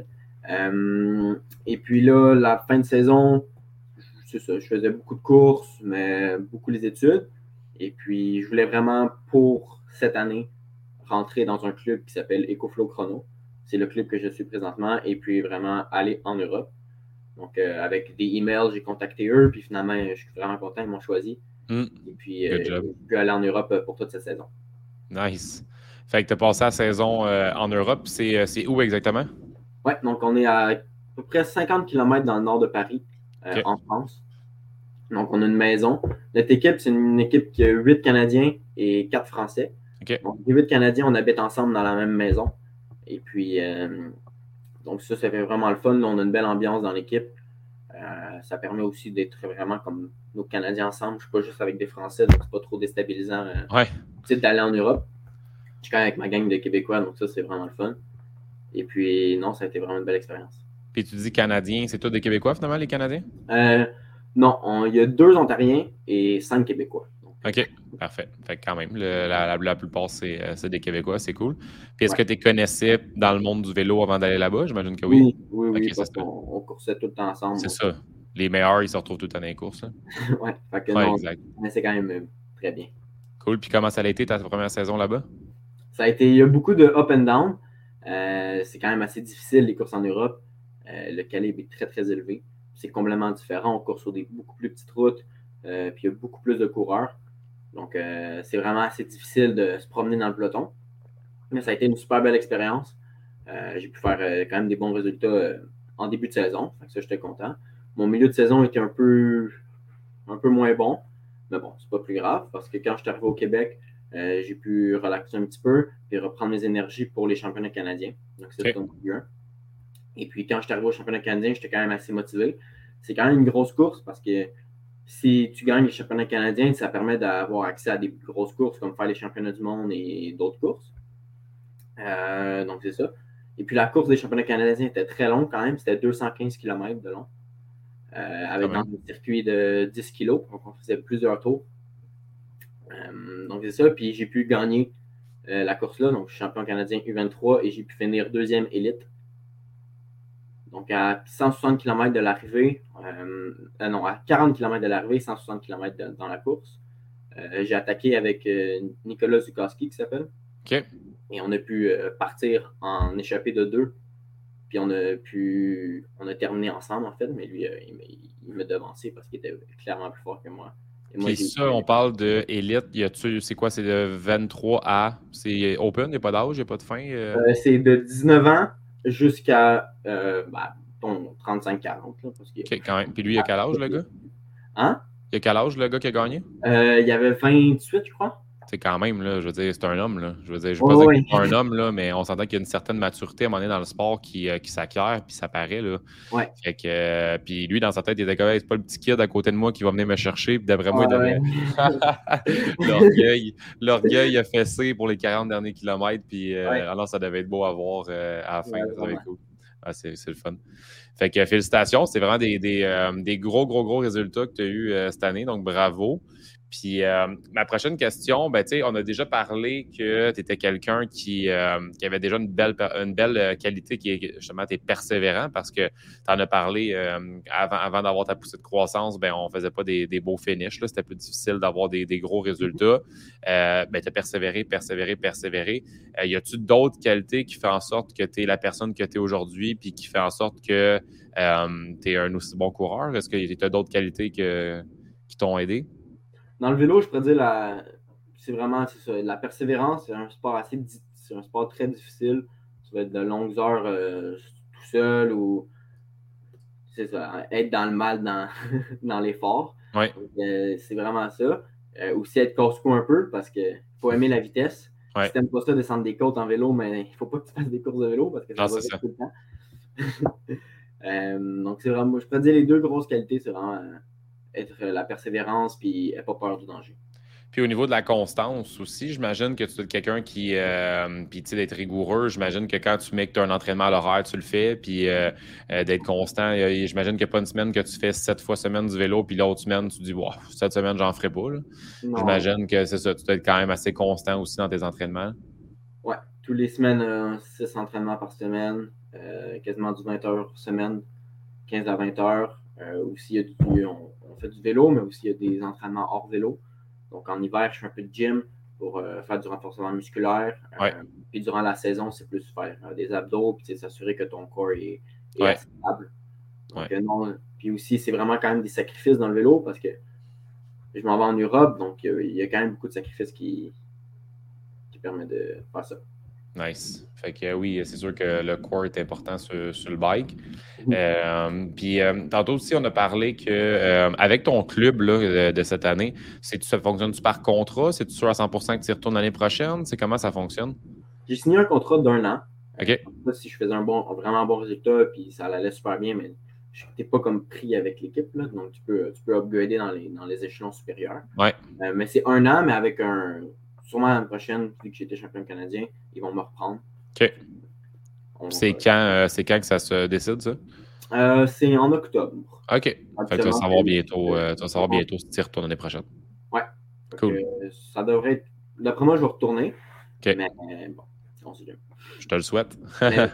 [SPEAKER 2] Euh, et puis là, la fin de saison, c'est ça. Je faisais beaucoup de courses, mais beaucoup les études. Et puis, je voulais vraiment, pour cette année, rentrer dans un club qui s'appelle EcoFlow Chrono. C'est le club que je suis présentement. Et puis, vraiment aller en Europe. Donc, euh, avec des emails, j'ai contacté eux. Puis finalement, je suis vraiment content. Ils m'ont choisi.
[SPEAKER 1] Mm.
[SPEAKER 2] Et puis,
[SPEAKER 1] Good
[SPEAKER 2] euh,
[SPEAKER 1] job.
[SPEAKER 2] je peux aller en Europe pour toute cette saison.
[SPEAKER 1] Nice. Fait que tu as passé la saison euh, en Europe. C'est, c'est où exactement?
[SPEAKER 2] Ouais, donc on est à, à peu près cinquante kilomètres dans le nord de Paris, euh,
[SPEAKER 1] OK.
[SPEAKER 2] en France. Donc, on a une maison. Notre équipe, c'est une équipe qui a huit Canadiens et quatre Français.
[SPEAKER 1] OK.
[SPEAKER 2] Donc, les huit Canadiens, on habite ensemble dans la même maison. Et puis, euh, donc ça, ça fait vraiment le fun. Là, on a une belle ambiance dans l'équipe. Euh, ça permet aussi d'être vraiment comme nos Canadiens ensemble. Je ne suis pas juste avec des Français, donc c'est pas trop déstabilisant euh,
[SPEAKER 1] Ouais.
[SPEAKER 2] d'aller en Europe. Je suis quand même avec ma gang de Québécois, donc ça, c'est vraiment le fun. Et puis, non, ça a été vraiment une belle expérience.
[SPEAKER 1] Puis tu dis Canadiens, c'est tous des Québécois finalement, les Canadiens?
[SPEAKER 2] Euh, non, il y a deux Ontariens et cinq Québécois. Donc,
[SPEAKER 1] OK, parfait. Fait que quand même, le, la, la, la plupart, c'est, euh, c'est des Québécois, c'est cool. Puis est-ce
[SPEAKER 2] ouais.
[SPEAKER 1] que tu les connaissais dans le monde du vélo avant d'aller là-bas? J'imagine que
[SPEAKER 2] oui.
[SPEAKER 1] oui.
[SPEAKER 2] Oui, oui,
[SPEAKER 1] OK,
[SPEAKER 2] parce
[SPEAKER 1] c'est ça.
[SPEAKER 2] qu'on on coursait tout le temps ensemble.
[SPEAKER 1] C'est ça. Les meilleurs, ils se retrouvent tout le temps dans les courses. Là.
[SPEAKER 2] ouais, fait que
[SPEAKER 1] Ouais,
[SPEAKER 2] non,
[SPEAKER 1] exact.
[SPEAKER 2] mais c'est quand même euh, très bien.
[SPEAKER 1] Cool. Puis comment ça a été ta première saison là-bas?
[SPEAKER 2] Ça a été, il y a beaucoup de up and down. Euh, c'est quand même assez difficile, les courses en Europe. Euh, le calibre est très, très élevé. C'est complètement différent. On court sur des beaucoup plus petites routes, euh, puis il y a beaucoup plus de coureurs. Donc, euh, c'est vraiment assez difficile de se promener dans le peloton. Mais ça a été une super belle expérience. Euh, j'ai pu faire euh, quand même des bons résultats euh, en début de saison. Fait que ça, j'étais content. Mon milieu de saison était un peu, un peu moins bon. Mais bon, c'est pas plus grave parce que quand je suis arrivé au Québec, euh, j'ai pu relaxer un petit peu et reprendre mes énergies pour les championnats canadiens. Donc, c'est
[SPEAKER 1] OK.
[SPEAKER 2] au milieu un. Et puis, quand je suis arrivé au championnat canadien, j'étais quand même assez motivé. C'est quand même une grosse course parce que si tu gagnes les championnats canadiens, ça permet d'avoir accès à des plus grosses courses comme faire les championnats du monde et d'autres courses. Euh, donc, c'est ça. Et puis, la course des championnats canadiens était très longue quand même. C'était deux cent quinze kilomètres de long. Euh, avec dans un circuit de dix kilos. Donc, on faisait plusieurs tours. Euh, donc, c'est ça. Puis, j'ai pu gagner euh, la course-là. Donc, je suis champion canadien U vingt-trois et j'ai pu finir deuxième élite. Donc, à cent soixante kilomètres de l'arrivée, euh, euh, non, à quarante kilomètres de l'arrivée, cent soixante kilomètres de, dans la course, euh, j'ai attaqué avec euh, Nicolas Zukowski, qui s'appelle.
[SPEAKER 1] OK.
[SPEAKER 2] Et on a pu euh, partir en échappée de deux puis on a pu, on a terminé ensemble, en fait, mais lui, euh, il, m'a- il m'a devancé parce qu'il était clairement plus fort que moi. Et moi,
[SPEAKER 1] Puis
[SPEAKER 2] j'ai
[SPEAKER 1] ça, on parle de élite. Y a-tu, c'est quoi? C'est de vingt-trois à. C'est open, il n'y a pas d'âge, il n'y a pas de fin. euh?
[SPEAKER 2] euh, c'est de dix-neuf ans jusqu'à euh, bah, ton trente-cinq quarante. Là, parce que,
[SPEAKER 1] OK, quand même. Puis lui, il a quel âge, le gars?
[SPEAKER 2] hein?
[SPEAKER 1] Il a quel âge, le gars qui a gagné?
[SPEAKER 2] Euh, il y avait vingt-huit, je crois.
[SPEAKER 1] C'est quand même, là, je veux dire, c'est un homme, là. Je veux dire, je veux
[SPEAKER 2] Oui,
[SPEAKER 1] pas dire que
[SPEAKER 2] oui.
[SPEAKER 1] c'est pas un homme, là, mais on s'entend qu'il y a une certaine maturité à un moment donné dans le sport qui, euh, qui s'acquiert, puis ça paraît, là.
[SPEAKER 2] Ouais.
[SPEAKER 1] Fait que, euh, puis lui, dans sa tête, il était comme, hey, c'est pas le petit kid à côté de moi qui va venir me chercher, puis d'après moi, il
[SPEAKER 2] Ouais,
[SPEAKER 1] devait.
[SPEAKER 2] ouais.
[SPEAKER 1] L'orgueil, l'orgueil a fessé pour les quarante derniers kilomètres, puis
[SPEAKER 2] Ouais,
[SPEAKER 1] euh, alors ça devait être beau à voir euh, à la fin,
[SPEAKER 2] ouais,
[SPEAKER 1] ça devait
[SPEAKER 2] vraiment.
[SPEAKER 1] être cool. Ah, c'est, c'est le fun. Fait que félicitations, c'est vraiment des, des, euh, des gros, gros, gros résultats que tu as eu euh, cette année, donc bravo. Puis euh, ma prochaine question, ben, tu sais, on a déjà parlé que tu étais quelqu'un qui, euh, qui avait déjà une belle, une belle euh, qualité qui est justement, tu es persévérant parce que tu en as parlé euh, avant, avant d'avoir ta poussée de croissance, ben, on faisait pas des, des beaux finishes, là, c'était plus difficile d'avoir des, des gros résultats. Euh, ben, tu as persévéré, persévéré, persévéré. Euh, y a-tu d'autres qualités qui font en sorte que tu es la personne que tu es aujourd'hui puis qui fait en sorte que euh, tu es un aussi bon coureur? Est-ce que tu as d'autres qualités que, qui t'ont aidé?
[SPEAKER 2] Dans le vélo, je pourrais dire la... c'est vraiment c'est ça. La persévérance, c'est un sport assez di- c'est un sport très difficile. Ça va être de longues heures euh, tout seul ou c'est ça, être dans le mal dans, dans l'effort.
[SPEAKER 1] Oui.
[SPEAKER 2] Donc, euh, c'est vraiment ça. Euh, aussi être casse-cou un peu parce qu'il faut aimer la vitesse. Si
[SPEAKER 1] Ouais.
[SPEAKER 2] tu n'aimes pas ça, descendre des côtes en vélo, mais il ne faut pas que tu fasses des courses de vélo parce que ça
[SPEAKER 1] Non,
[SPEAKER 2] va
[SPEAKER 1] c'est
[SPEAKER 2] vite
[SPEAKER 1] ça.
[SPEAKER 2] tout le temps. Euh, donc, c'est vraiment, je pourrais dire les deux grosses qualités, c'est vraiment euh, être euh, la persévérance puis n'aie pas peur du danger.
[SPEAKER 1] Puis au niveau de la constance aussi, j'imagine que tu es quelqu'un qui, euh, puis tu sais, d'être rigoureux, j'imagine que quand tu mets que tu as un entraînement à l'horaire, tu le fais, puis euh, euh, d'être constant. Euh, J'imagine qu'il n'y a pas une semaine que tu fais sept fois semaine du vélo, puis l'autre semaine, tu te dis, wow, cette semaine, j'en ferai pas, là.
[SPEAKER 2] Non,
[SPEAKER 1] J'imagine que c'est ça, tu dois être quand même assez constant aussi dans tes entraînements.
[SPEAKER 2] ouais, tous les semaines, euh, six entraînements par semaine, euh, quasiment du vingt heures par semaine, quinze à vingt heures. Euh, aussi, il y a du, on, on fait du vélo, mais aussi il y a des entraînements hors vélo. Donc en hiver, je fais un peu de gym pour euh, faire du renforcement musculaire.
[SPEAKER 1] Ouais,
[SPEAKER 2] Euh, puis durant la saison, c'est plus faire euh, des abdos, puis s'assurer que ton corps est, est
[SPEAKER 1] ouais,
[SPEAKER 2] assez stable.
[SPEAKER 1] ouais.
[SPEAKER 2] Donc euh, non, puis aussi, c'est vraiment quand même des sacrifices dans le vélo parce que je m'en vais en Europe, donc euh, il y a quand même beaucoup de sacrifices qui, qui permettent de faire ça.
[SPEAKER 1] Nice. Fait que euh, oui, c'est sûr que le core est important sur, sur le bike. Euh, puis euh, tantôt aussi, on a parlé que euh, avec ton club là, de, de cette année, c'est ça fonctionne-tu par contrat? C'est-tu sûr à cent pour cent que tu y retournes l'année prochaine? C'est comment ça fonctionne?
[SPEAKER 2] J'ai signé un contrat d'un an.
[SPEAKER 1] OK.
[SPEAKER 2] Euh, si je faisais un bon, un vraiment bon résultat, puis ça allait super bien, mais je n'étais pas comme pris avec l'équipe. Là, donc, tu peux, tu peux upgrader dans les, dans les échelons supérieurs.
[SPEAKER 1] Ouais.
[SPEAKER 2] Euh, mais c'est un an, mais avec un. Sûrement l'année prochaine, vu que j'ai été champion canadien, ils vont me reprendre.
[SPEAKER 1] OK.
[SPEAKER 2] On,
[SPEAKER 1] C'est quand, euh, c'est quand que ça se décide, ça?
[SPEAKER 2] euh, c'est en octobre.
[SPEAKER 1] OK. Fait que tu vas
[SPEAKER 2] Habituellement,
[SPEAKER 1] savoir bientôt, euh, tu vas savoir
[SPEAKER 2] c'est-
[SPEAKER 1] bientôt si tu y retournes l'année prochaine.
[SPEAKER 2] ouais. Fait
[SPEAKER 1] Cool.
[SPEAKER 2] que ça devrait être. D'après moi, je vais retourner.
[SPEAKER 1] OK.
[SPEAKER 2] Mais bon, on sait jamais.
[SPEAKER 1] Je te le souhaite.
[SPEAKER 2] Mais,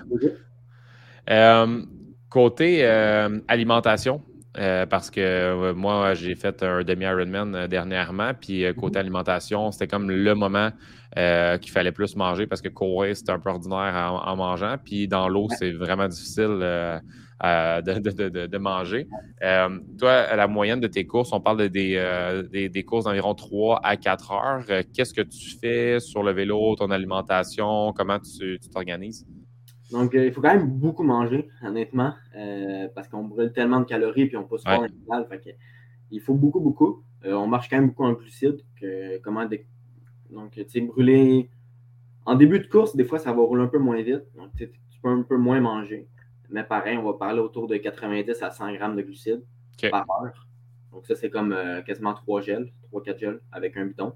[SPEAKER 1] Euh, côté euh, alimentation, euh, parce que euh, moi, j'ai fait un demi-Ironman euh, dernièrement, puis euh, côté alimentation, c'était comme le moment euh, qu'il fallait plus manger parce que courir, c'est un peu ordinaire en, en mangeant, puis dans l'eau,
[SPEAKER 2] ouais.
[SPEAKER 1] c'est vraiment difficile euh, euh, de, de, de, de, manger. Euh, toi, à la moyenne de tes courses, on parle de des, euh, des, des courses d'environ trois à quatre heures. Euh, Qu'est-ce que tu fais sur le vélo, ton alimentation, comment tu t'organises?
[SPEAKER 2] Donc, euh, il faut quand même beaucoup manger, honnêtement, euh, parce qu'on brûle tellement de calories puis on pousse fort
[SPEAKER 1] Ouais,
[SPEAKER 2] dans les pédales. Fait que, il faut beaucoup, beaucoup. Euh, on marche quand même beaucoup en glucides. Que, comment dé- Donc, tu sais, brûler. En début de course, des fois, ça va rouler un peu moins vite. Donc, tu peux un peu moins manger. Mais pareil, on va parler autour de quatre-vingt-dix à cent grammes de glucides
[SPEAKER 1] OK.
[SPEAKER 2] par heure. Donc, ça, c'est comme euh, quasiment trois gels, trois quatre gels avec un bidon.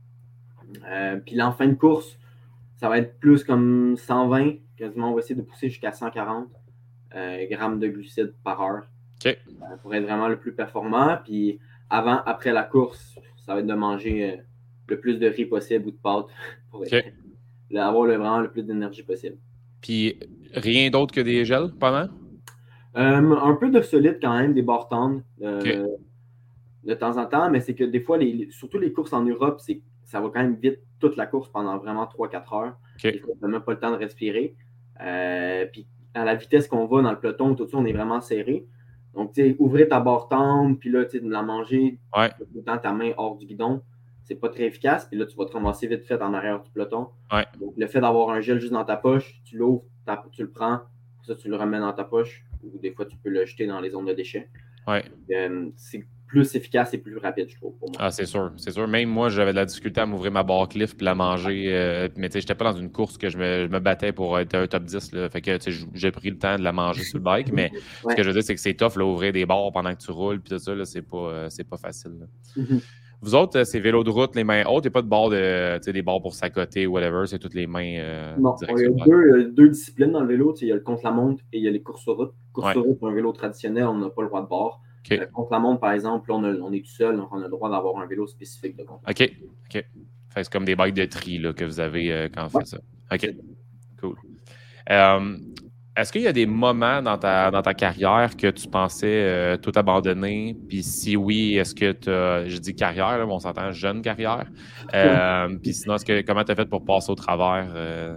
[SPEAKER 2] Euh, puis là, en fin de course, ça va être plus comme cent vingt. Quasiment, on va essayer de pousser jusqu'à cent quarante euh, grammes de glucides par heure
[SPEAKER 1] OK.
[SPEAKER 2] euh, pour être vraiment le plus performant. Puis avant, après la course, ça va être de manger euh, le plus de riz possible ou de pâtes pour être,
[SPEAKER 1] OK.
[SPEAKER 2] avoir le, vraiment le plus d'énergie possible.
[SPEAKER 1] Puis rien d'autre que des gels pendant?
[SPEAKER 2] Euh, un peu de solide quand même, des barres tendres
[SPEAKER 1] OK.
[SPEAKER 2] euh, de temps en temps, mais c'est que des fois, les, surtout les courses en Europe, c'est, ça va quand même vite toute la course pendant vraiment trois quatre heures.
[SPEAKER 1] OK.
[SPEAKER 2] Des fois, tu n'as même pas le temps de respirer. Euh, puis à la vitesse qu'on va dans le peloton, tout ça, on est vraiment serré. Donc, tu sais, ouvrir ta barre tendre, puis là, tu sais, de la manger
[SPEAKER 1] Ouais.
[SPEAKER 2] tout le temps ta main hors du guidon, c'est pas très efficace. Puis là, tu vas te ramasser vite fait en arrière du peloton.
[SPEAKER 1] Ouais.
[SPEAKER 2] Donc, le fait d'avoir un gel juste dans ta poche, tu l'ouvres, tu le prends, ça, tu le remets dans ta poche, ou des fois, tu peux le jeter dans les zones de déchets.
[SPEAKER 1] Ouais.
[SPEAKER 2] Euh, c'est plus efficace et plus rapide, je trouve, pour moi.
[SPEAKER 1] Ah, c'est sûr, c'est sûr. Même moi, j'avais de la difficulté à m'ouvrir ma barre Cliff puis la manger. Euh, mais tu sais, j'étais pas dans une course que je me, je me battais pour être un top dix. Là. Fait que tu sais, j'ai pris le temps de la manger sur le bike. Mais
[SPEAKER 2] Ouais.
[SPEAKER 1] ce que je veux dire, c'est que c'est tough, là, ouvrir des barres pendant que tu roules puis tout ça, là, c'est pas, euh, c'est pas facile.
[SPEAKER 2] Mm-hmm.
[SPEAKER 1] Vous autres, c'est vélo de route, les mains hautes, il n'y a pas de barre de, tu sais, des barres pour s'accoter ou whatever, c'est toutes les mains euh,
[SPEAKER 2] Non,
[SPEAKER 1] direct
[SPEAKER 2] il y
[SPEAKER 1] sur
[SPEAKER 2] a
[SPEAKER 1] le bike.
[SPEAKER 2] deux, deux disciplines dans le vélo. Tu sais, il y a le contre-la-montre et il y a les courses sur route. Course
[SPEAKER 1] Ouais.
[SPEAKER 2] sur route, pour un vélo traditionnel, on n'a pas le droit de barre.
[SPEAKER 1] Okay.
[SPEAKER 2] Euh, contre-la-montre, par exemple, là, on, a, on est tout seul, donc on a le droit d'avoir un vélo spécifique de contre.
[SPEAKER 1] OK. OK. Fait que c'est comme des bikes de tri là, que vous avez euh, quand on
[SPEAKER 2] Ouais.
[SPEAKER 1] fait ça. OK. Cool. Euh, Est-ce qu'il y a des moments dans ta, dans ta carrière que tu pensais euh, tout abandonner? Puis si oui, est-ce que tu as, je dis carrière, là, on s'entend jeune carrière. Euh, Puis sinon, est-ce que, comment tu as fait pour passer au travers? Euh...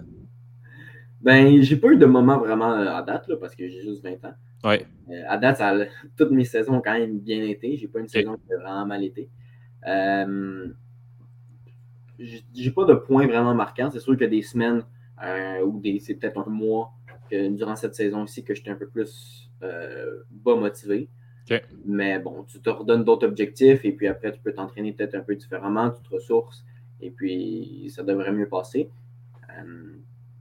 [SPEAKER 2] Ben, j'ai pas eu de moment vraiment à date, là, parce que j'ai juste vingt ans.
[SPEAKER 1] Ouais.
[SPEAKER 2] Euh, à date, ça a, toutes mes saisons ont quand même bien été. J'ai pas une
[SPEAKER 1] Okay.
[SPEAKER 2] saison qui a vraiment mal été. Euh, j'ai pas de points vraiment marquants. C'est sûr qu'il y a des semaines euh, ou des, c'est peut-être un mois que, durant cette saison ici que j'étais un peu plus euh, bas motivé.
[SPEAKER 1] Okay.
[SPEAKER 2] Mais bon, tu te redonnes d'autres objectifs et puis après, tu peux t'entraîner peut-être un peu différemment, tu te ressources et puis ça devrait mieux passer. Euh,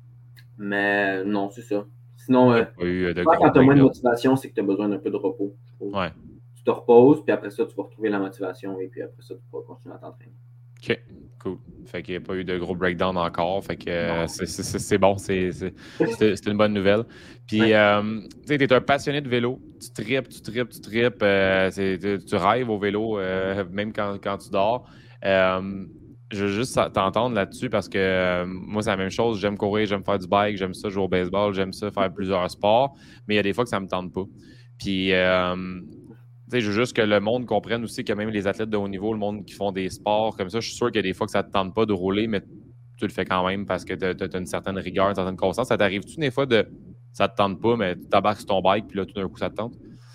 [SPEAKER 2] mais non, c'est ça. Sinon, euh,
[SPEAKER 1] eu de
[SPEAKER 2] quand tu as moins de motivation, c'est que tu as besoin d'un peu de repos.
[SPEAKER 1] Ouais.
[SPEAKER 2] Tu te reposes, puis après ça, tu vas retrouver la motivation et puis après ça, tu pourras continuer à t'entraîner.
[SPEAKER 1] OK, cool. Fait qu'il n'y a pas eu de gros breakdown encore. Fait que euh, c'est bon, c'est une bonne nouvelle. Puis, ouais. euh, tu sais, tu es un passionné de vélo. Tu tripes, tu tripes, tu tripes. Euh, tu, tu rêves au vélo, euh, même quand, quand tu dors. Euh, je veux juste t'entendre là-dessus parce que euh, moi, c'est la même chose. J'aime courir, j'aime faire du bike, j'aime ça jouer au baseball, j'aime ça faire plusieurs sports. Mais il y a des fois que ça ne me tente pas. Puis, euh, tu sais, je veux juste que le monde comprenne aussi que même les athlètes de haut niveau, le monde qui font des sports comme ça, je suis sûr qu'il y a des fois que ça ne te tente pas de rouler, mais tu le fais quand même parce que tu as une certaine rigueur, une certaine conscience. Ça t'arrive-tu des fois de ça ne te tente pas, mais tu t'embarques sur ton bike, puis là, tout d'un coup, ça te tente?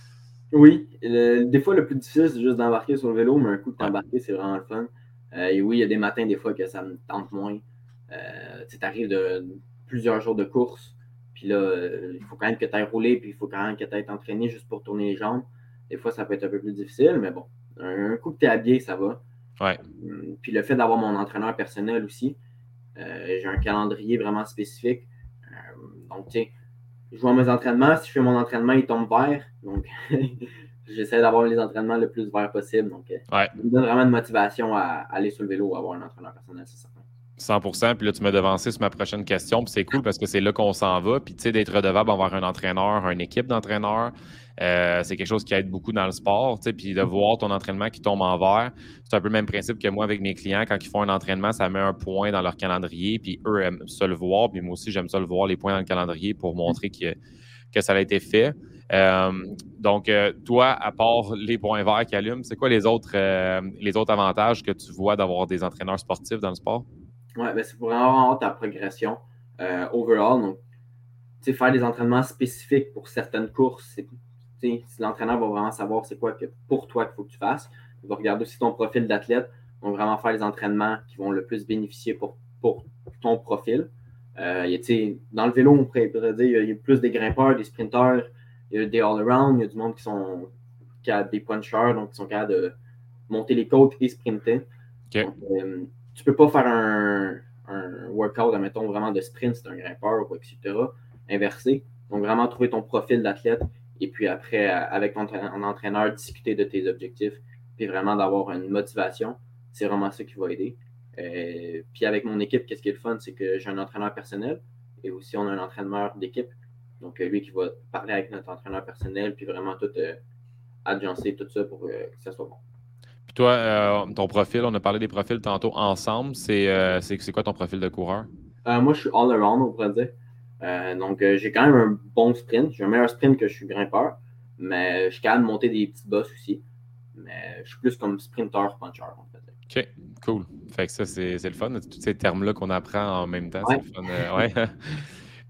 [SPEAKER 2] Oui. Le, des fois, le plus difficile, c'est juste d'embarquer sur le vélo, mais un coup de t'embarquer, ouais. C'est vraiment le fun. Euh, et oui, il y a des matins, des fois, que ça me tente moins. Euh, tu arrives de plusieurs jours de course, puis là, euh, il faut quand même que tu ailles rouler, puis il faut quand même que tu ailles t'entraîner juste pour tourner les jambes. Des fois, ça peut être un peu plus difficile, mais bon, un coup que tu es habillé, ça va.
[SPEAKER 1] Ouais.
[SPEAKER 2] Puis le fait d'avoir mon entraîneur personnel aussi, euh, j'ai un calendrier vraiment spécifique. Euh, donc, tu sais, je vois mes entraînements. Si je fais mon entraînement, il tombe vert. Donc, j'essaie d'avoir les entraînements le plus vert possible. Donc,
[SPEAKER 1] ouais.
[SPEAKER 2] ça me donne vraiment de motivation à aller sur le vélo, à avoir un entraîneur personnel, c'est certain.
[SPEAKER 1] cent pour cent. Puis là, tu m'as devancé sur ma prochaine question. Puis c'est cool parce que c'est là qu'on s'en va. Puis tu sais, d'être redevable envers un entraîneur, une équipe d'entraîneurs, euh, c'est quelque chose qui aide beaucoup dans le sport. Tu sais, puis de voir ton entraînement qui tombe en vert, c'est un peu le même principe que moi avec mes clients. Quand ils font un entraînement, ça met un point dans leur calendrier. Puis eux aiment ça le voir. Puis moi aussi, j'aime ça le voir, les points dans le calendrier pour montrer que, que ça a été fait. Euh, donc, euh, toi, à part les points verts qui allument, c'est quoi les autres, euh, les autres avantages que tu vois d'avoir des entraîneurs sportifs dans le sport?
[SPEAKER 2] Oui, ben c'est pour vraiment avoir ta progression euh, overall. Donc, tu sais, faire des entraînements spécifiques pour certaines courses, si l'entraîneur va vraiment savoir c'est quoi que pour toi qu'il faut que tu fasses. Il va regarder aussi ton profil d'athlète. Donc, vraiment faire les entraînements qui vont le plus bénéficier pour, pour ton profil. Euh, y a, dans le vélo, on pourrait dire il y a plus des grimpeurs, des sprinteurs, il y a des all-around, il y a du monde qui sont qui a des punchers, donc qui sont capables de monter les côtes et sprinter.
[SPEAKER 1] Okay.
[SPEAKER 2] Donc, euh, tu peux pas faire un, un workout, admettons, vraiment de sprint, c'est un grimpeur, et cetera. Inversé. Donc, vraiment trouver ton profil d'athlète et puis après, avec ton entraîneur, discuter de tes objectifs puis vraiment d'avoir une motivation. C'est vraiment ça qui va aider. Euh, puis avec mon équipe, qu'est-ce qui est le fun, c'est que j'ai un entraîneur personnel et aussi on a un entraîneur d'équipe. Donc, lui qui va parler avec notre entraîneur personnel puis vraiment tout euh, agencer tout ça pour euh, que ça soit bon.
[SPEAKER 1] Puis toi, euh, ton profil, on a parlé des profils tantôt ensemble. C'est euh, quoi ton profil de coureur?
[SPEAKER 2] Euh, moi, je suis all-around, on pourrait dire. Euh, donc, euh, j'ai quand même un bon sprint. J'ai un meilleur sprint que je suis grimpeur, mais je suis capable de monter des petites bosses aussi. Mais je suis plus comme sprinter, puncher, en fait.
[SPEAKER 1] OK, cool. Fait que ça, c'est le fun. Tous ces termes-là qu'on apprend en même temps,
[SPEAKER 2] ouais.
[SPEAKER 1] c'est le fun. Euh, ouais.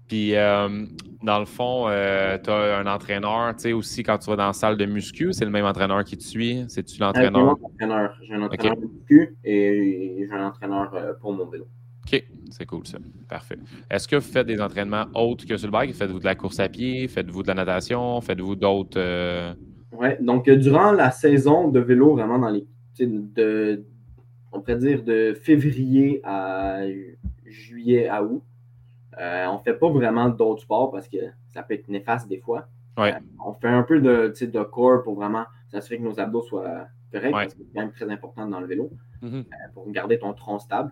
[SPEAKER 1] Puis, euh, dans le fond, euh, tu as un entraîneur, tu sais, aussi quand tu vas dans la salle de muscu, c'est le même entraîneur qui te suit? C'est-tu
[SPEAKER 2] Euh, j'ai un
[SPEAKER 1] l'entraîneur?
[SPEAKER 2] autre entraîneur. J'ai un
[SPEAKER 1] OK.
[SPEAKER 2] entraîneur de muscu et j'ai un entraîneur euh, pour mon vélo.
[SPEAKER 1] OK, c'est cool ça. Parfait. Est-ce que vous faites des entraînements autres que sur le bike? Faites-vous de la course à pied? Faites-vous de la natation? Faites-vous d'autres. euh,
[SPEAKER 2] Ouais, donc euh, durant la saison de vélo, vraiment dans les, tu sais, de, on pourrait dire de février à juillet à août, euh, on fait pas vraiment d'autres sports parce que ça peut être néfaste des fois. Euh,
[SPEAKER 1] Ouais,
[SPEAKER 2] on fait un peu de, tu sais, de core pour vraiment s'assurer que nos abdos soient corrects
[SPEAKER 1] ouais.
[SPEAKER 2] parce que c'est quand même très important dans le vélo
[SPEAKER 1] Mhm.
[SPEAKER 2] euh, pour garder ton tronc stable.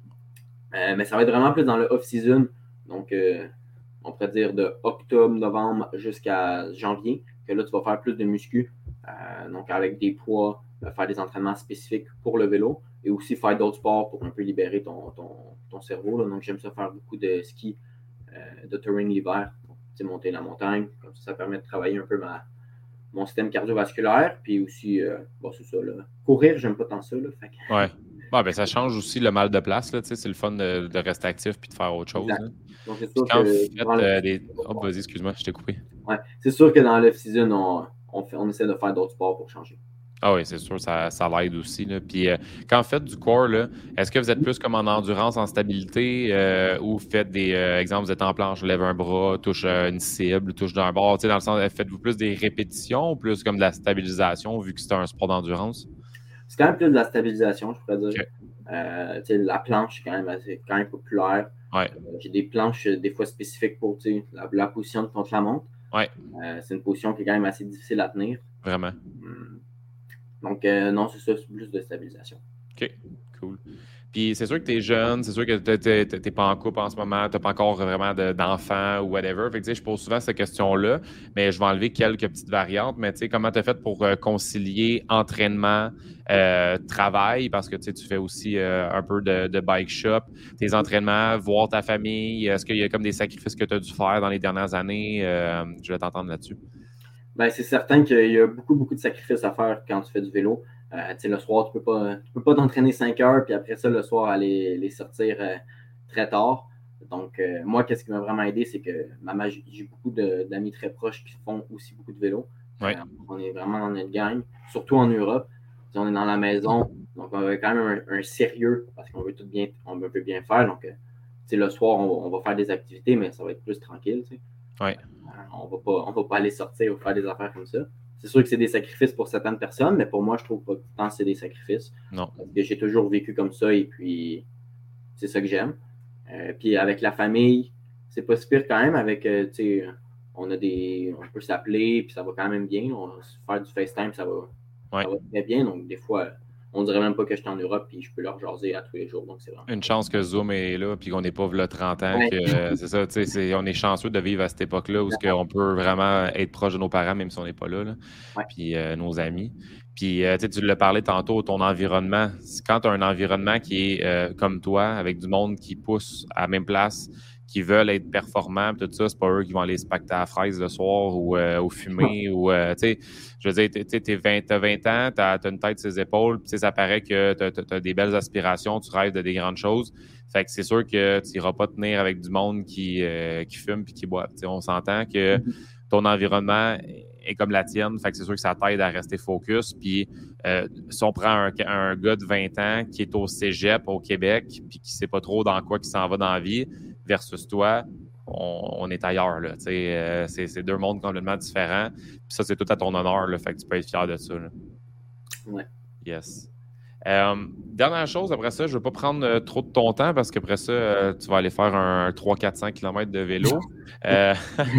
[SPEAKER 2] Euh, mais ça va être vraiment plus dans le off-season. Donc, euh, on pourrait dire de octobre, novembre jusqu'à janvier, que là, tu vas faire plus de muscu. Euh, donc, avec des poids, euh, faire des entraînements spécifiques pour le vélo et aussi faire d'autres sports pour un peu libérer ton, ton, ton cerveau. Là. Donc, j'aime ça faire beaucoup de ski, euh, de touring l'hiver, pour monter la montagne. Comme ça, ça permet de travailler un peu ma, mon système cardiovasculaire. Puis aussi, euh, bon, c'est ça. Là. Courir, j'aime pas tant ça. Là, fait que...
[SPEAKER 1] Ouais. Bon, ben, ça change aussi le mal de place, là, tu sais, c'est le fun de, de rester actif puis de faire autre chose,
[SPEAKER 2] Exact.
[SPEAKER 1] là.
[SPEAKER 2] Donc, c'est
[SPEAKER 1] Puis
[SPEAKER 2] sûr
[SPEAKER 1] quand vous
[SPEAKER 2] que
[SPEAKER 1] faites
[SPEAKER 2] durant le
[SPEAKER 1] euh, des. Oh, vas-y, excuse-moi, je t'ai coupé.
[SPEAKER 2] ouais. C'est sûr que dans l'off-season, on, on, fait, on essaie de faire d'autres sports pour changer.
[SPEAKER 1] Ah oui, c'est sûr, ça, ça l'aide aussi, là. Puis euh, quand vous faites du core, là, est-ce que vous êtes plus comme en endurance, en stabilité, euh, ou vous faites des. Euh, exemple, vous êtes en planche, lève un bras, touche euh, une cible, touche d'un bord, tu sais, dans le sens, faites-vous plus des répétitions ou plus comme de la stabilisation, vu que c'est un sport d'endurance?
[SPEAKER 2] C'est quand même plus de la stabilisation, je pourrais dire.
[SPEAKER 1] OK.
[SPEAKER 2] Euh, la planche, c'est quand même, assez, quand même populaire.
[SPEAKER 1] Ouais.
[SPEAKER 2] Euh, j'ai des planches, euh, des fois spécifiques pour la, la position contre la montre.
[SPEAKER 1] Ouais.
[SPEAKER 2] Euh, c'est une position qui est quand même assez difficile à tenir.
[SPEAKER 1] Vraiment.
[SPEAKER 2] Hum. Donc, euh, non, c'est ça, c'est plus de stabilisation.
[SPEAKER 1] OK. Cool. Puis c'est sûr que tu es jeune, c'est sûr que tu n'es pas en couple en ce moment, tu n'as pas encore vraiment de- d'enfants ou whatever. Fait que, tu sais, je pose souvent cette question-là, mais je vais enlever quelques petites variantes. Mais tu sais, comment tu as fait pour euh, concilier entraînement, euh, travail, parce que tu sais, tu fais aussi euh, un peu de, de bike shop, tes entraînements, voir ta famille. Est-ce qu'il y a comme des sacrifices que tu as dû faire dans les dernières années? Euh, je vais t'entendre là-dessus.
[SPEAKER 2] Ben, c'est certain qu'il y a beaucoup, beaucoup de sacrifices à faire quand tu fais du vélo. Euh, le soir, tu ne peux pas, tu peux pas t'entraîner cinq heures, puis après ça, le soir, aller les sortir euh, très tard. Donc, euh, moi, qu'est-ce qui m'a vraiment aidé, c'est que maman, j'ai beaucoup d'amis très proches qui font aussi beaucoup de vélo. Euh,
[SPEAKER 1] Oui.
[SPEAKER 2] on est vraiment dans notre gang, surtout en Europe. Si on est dans la maison, donc on a quand même un, un sérieux parce qu'on veut tout bien, on veut bien faire. Donc, euh, le soir, on, on, va faire des activités, mais ça va être plus tranquille.
[SPEAKER 1] Oui.
[SPEAKER 2] On va pas, on va pas aller sortir ou faire des affaires comme ça. C'est sûr que c'est des sacrifices pour certaines personnes, mais pour moi, je trouve pas tant que c'est des sacrifices.
[SPEAKER 1] Non.
[SPEAKER 2] Parce que j'ai toujours vécu comme ça et puis c'est ça que j'aime. Euh, puis avec la famille, c'est pas si pire quand même. Avec, euh, tu sais, on a des, on peut s'appeler puis ça va quand même bien. On va faire du FaceTime, ça va,
[SPEAKER 1] Oui.
[SPEAKER 2] ça va très bien. Donc des fois, on dirait même pas que je suis en Europe puis je peux leur jaser à tous les jours. Donc c'est vraiment.
[SPEAKER 1] Une chance que Zoom est là, puis qu'on n'est pas là trente ans,
[SPEAKER 2] Ouais.
[SPEAKER 1] que euh, c'est ça, tu sais, on est chanceux de vivre à cette époque-là où on peut vraiment être proche de nos parents, même si on n'est pas là, là.
[SPEAKER 2] Ouais.
[SPEAKER 1] Puis euh, nos amis. Puis euh, tu l'as parlé tantôt, ton environnement. Quand tu as un environnement qui est euh, comme toi, avec du monde qui pousse à la même place, qui veulent être performants, tout ça, c'est pas eux qui vont aller se pacter à la fraise le soir ou euh, au fumer. ou euh, tu sais, je veux dire, tu as vingt ans, tu as une tête sur les épaules, puis ça paraît que tu as des belles aspirations, tu rêves de des grandes choses. Fait que c'est sûr que tu n'iras pas tenir avec du monde qui, euh, qui fume puis qui boit. T'sais, on s'entend que ton environnement est comme la tienne, fait que c'est sûr que ça t'aide à rester focus. Puis euh, si on prend un, un gars de vingt ans qui est au cégep au Québec puis qui ne sait pas trop dans quoi il s'en va dans la vie versus toi, on, on est ailleurs. Là, euh, c'est, c'est deux mondes complètement différents. Puis ça, c'est tout à ton honneur. Là, fait que tu peux être fier de ça. Là.
[SPEAKER 2] Ouais.
[SPEAKER 1] Yes. Euh, dernière chose, après ça, je ne veux pas prendre euh, trop de ton temps parce qu'après ça, euh, tu vas aller faire un trois cents à quatre cents kilomètres de vélo. Euh...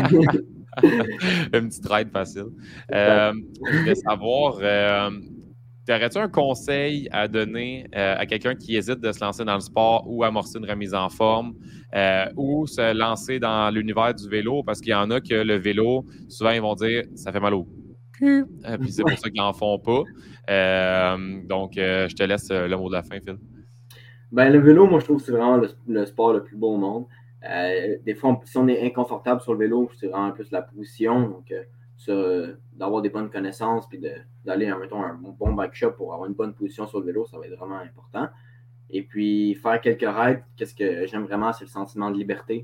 [SPEAKER 1] Une petite ride facile. Euh, je voulais savoir, euh, aurais-tu un conseil à donner euh, à quelqu'un qui hésite de se lancer dans le sport ou amorcer une remise en forme euh, ou se lancer dans l'univers du vélo? Parce qu'il y en a que le vélo, souvent, ils vont dire « ça fait mal au cul euh, ». Puis c'est pour ça qu'ils n'en font pas. Euh, donc, euh, je te laisse le mot de la fin, Phil.
[SPEAKER 2] Ben, le vélo, moi, je trouve que c'est vraiment le, le sport le plus beau au monde. Euh, des fois, on, si on est inconfortable sur le vélo, c'est vraiment plus la position. Donc, euh, ça, d'avoir des bonnes connaissanses puis de, d'aller, mettons, un bon bike shop pour avoir une bonne position sur le vélo, ça va être vraiment important. Et puis, faire quelques rides, qu'est-ce que j'aime vraiment, c'est le sentiment de liberté.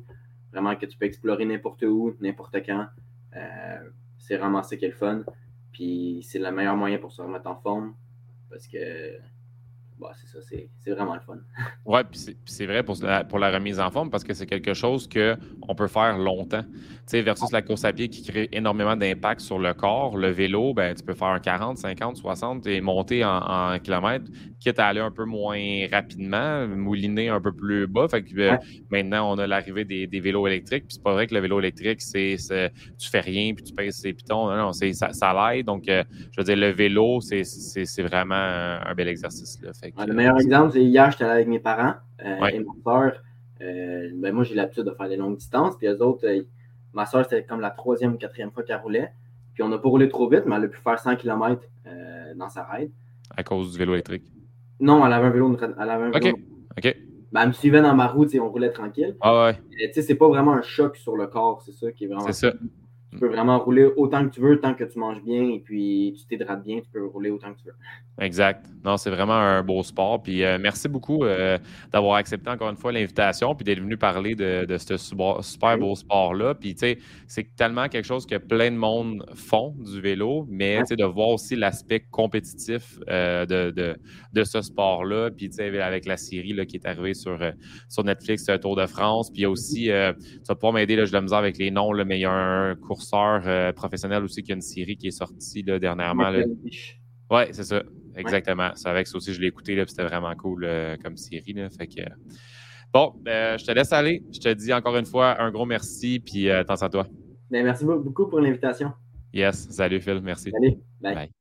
[SPEAKER 2] vraiment que tu peux explorer n'importe où, n'importe quand. Euh, c'est vraiment ça qui est le fun. Puis c'est le meilleur moyen pour se remettre en forme parce que bah, c'est ça, c'est, c'est vraiment le fun.
[SPEAKER 1] Oui, puis c'est, c'est vrai pour la, pour la remise en forme parce que c'est quelque chose qu'on peut faire longtemps. Tu sais, versus la course à pied qui crée énormément d'impact sur le corps. Le vélo, ben, tu peux faire un quarante, cinquante, soixante et monter en, en kilomètres, quitte à aller un peu moins rapidement, mouliner un peu plus bas. Fait que euh,
[SPEAKER 2] Ouais.
[SPEAKER 1] maintenant, on a l'arrivée des, des vélos électriques. Puis c'est pas vrai que le vélo électrique, c'est, c'est tu fais rien puis tu pèses ses pitons. Non, non, c'est, ça, ça l'aide. Donc, euh, je veux dire, le vélo, c'est, c'est, c'est vraiment un, un bel exercice. Là. Fait que,
[SPEAKER 2] Ouais, le meilleur exemple, c'est hier, j'étais allé avec mes parents euh,
[SPEAKER 1] ouais.
[SPEAKER 2] et ma soeur. Euh, ben moi, j'ai l'habitude de faire des longues distances. Puis eux autres, euh, ma soeur, c'était comme la troisième ou quatrième fois qu'elle roulait. Puis on n'a pas roulé trop vite, mais elle a pu faire cent kilomètres euh, dans sa ride.
[SPEAKER 1] À cause du vélo électrique.
[SPEAKER 2] Non, elle avait un vélo. Elle avait un vélo.
[SPEAKER 1] OK. OK.
[SPEAKER 2] Ben, elle me suivait dans ma route et on roulait tranquille.
[SPEAKER 1] Ah ouais.
[SPEAKER 2] Tu sais, c'est pas vraiment un choc sur le corps, c'est ça qui est vraiment.
[SPEAKER 1] C'est ça.
[SPEAKER 2] Tu peux vraiment rouler autant que tu veux, tant que tu manges bien et puis tu t'hydrates bien, tu peux rouler autant que tu veux.
[SPEAKER 1] Exact. Non, c'est vraiment un beau sport. Puis euh, merci beaucoup euh, d'avoir accepté encore une fois l'invitation puis d'être venu parler de, de ce super, super beau sport-là. Puis tu sais, c'est tellement quelque chose que plein de monde font du vélo, mais tu sais, de voir aussi l'aspect compétitif euh, de, de, de ce sport-là. Puis tu sais, avec la série là, qui est arrivée sur, euh, sur Netflix, Tour de France. Puis il y a aussi, euh, tu vas pouvoir m'aider, là, je la misère avec les noms, là, mais il y a un courseur euh, professionnel aussi qui a une série qui est sortie là, dernièrement. Là. Oui, c'est ça. Exactement. Ouais. C'est avec ça aussi, je l'ai écouté, là, c'était vraiment cool euh, comme série. Là, fait que... Bon, euh, je te laisse aller. Je te dis encore une fois un gros merci, puis euh, attention à toi.
[SPEAKER 2] Bien, merci beaucoup pour l'invitation.
[SPEAKER 1] Yes. Salut, Phil. Merci.
[SPEAKER 2] Salut. Bye.
[SPEAKER 1] Bye.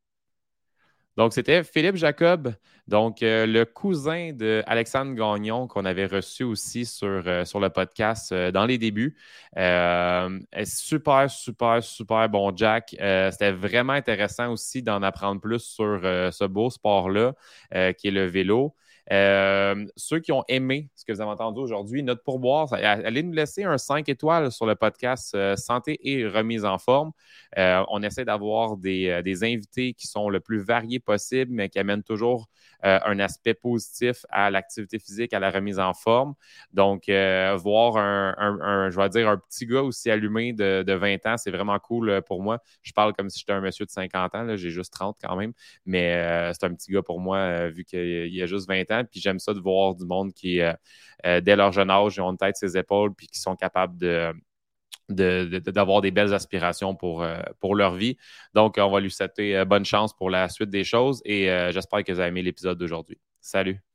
[SPEAKER 1] Donc, c'était Philippe Jacob, donc euh, le cousin d'Alexandre Gagnon qu'on avait reçu aussi sur, euh, sur le podcast euh, dans les débuts. Euh, super, super, super bon Jack. Euh, c'était vraiment intéressant aussi d'en apprendre plus sur euh, ce beau sport-là euh, qui est le vélo. Euh, ceux qui ont aimé ce que vous avez entendu aujourd'hui, notre pourboire, allez nous laisser un cinq étoiles sur le podcast euh, Santé et remise en forme. Euh, on essaie d'avoir des, euh, des invités qui sont le plus variés possible, mais qui amènent toujours euh, un aspect positif à l'activité physique, à la remise en forme. Donc, euh, voir un, un, un, je vais dire, un petit gars aussi allumé de, de vingt ans, c'est vraiment cool pour moi. Je parle comme si j'étais un monsieur de cinquante ans, là, j'ai juste trente quand même, mais euh, c'est un petit gars pour moi, euh, vu qu'il a juste vingt ans. Puis j'aime ça de voir du monde qui, euh, euh, dès leur jeune âge, ils ont une tête sur les épaules, puis qui sont capables de... De, de, d'avoir des belles aspirations pour, euh, pour leur vie. Donc, on va lui souhaiter euh, bonne chance pour la suite des choses et euh, j'espère que vous avez aimé l'épisode d'aujourd'hui. Salut!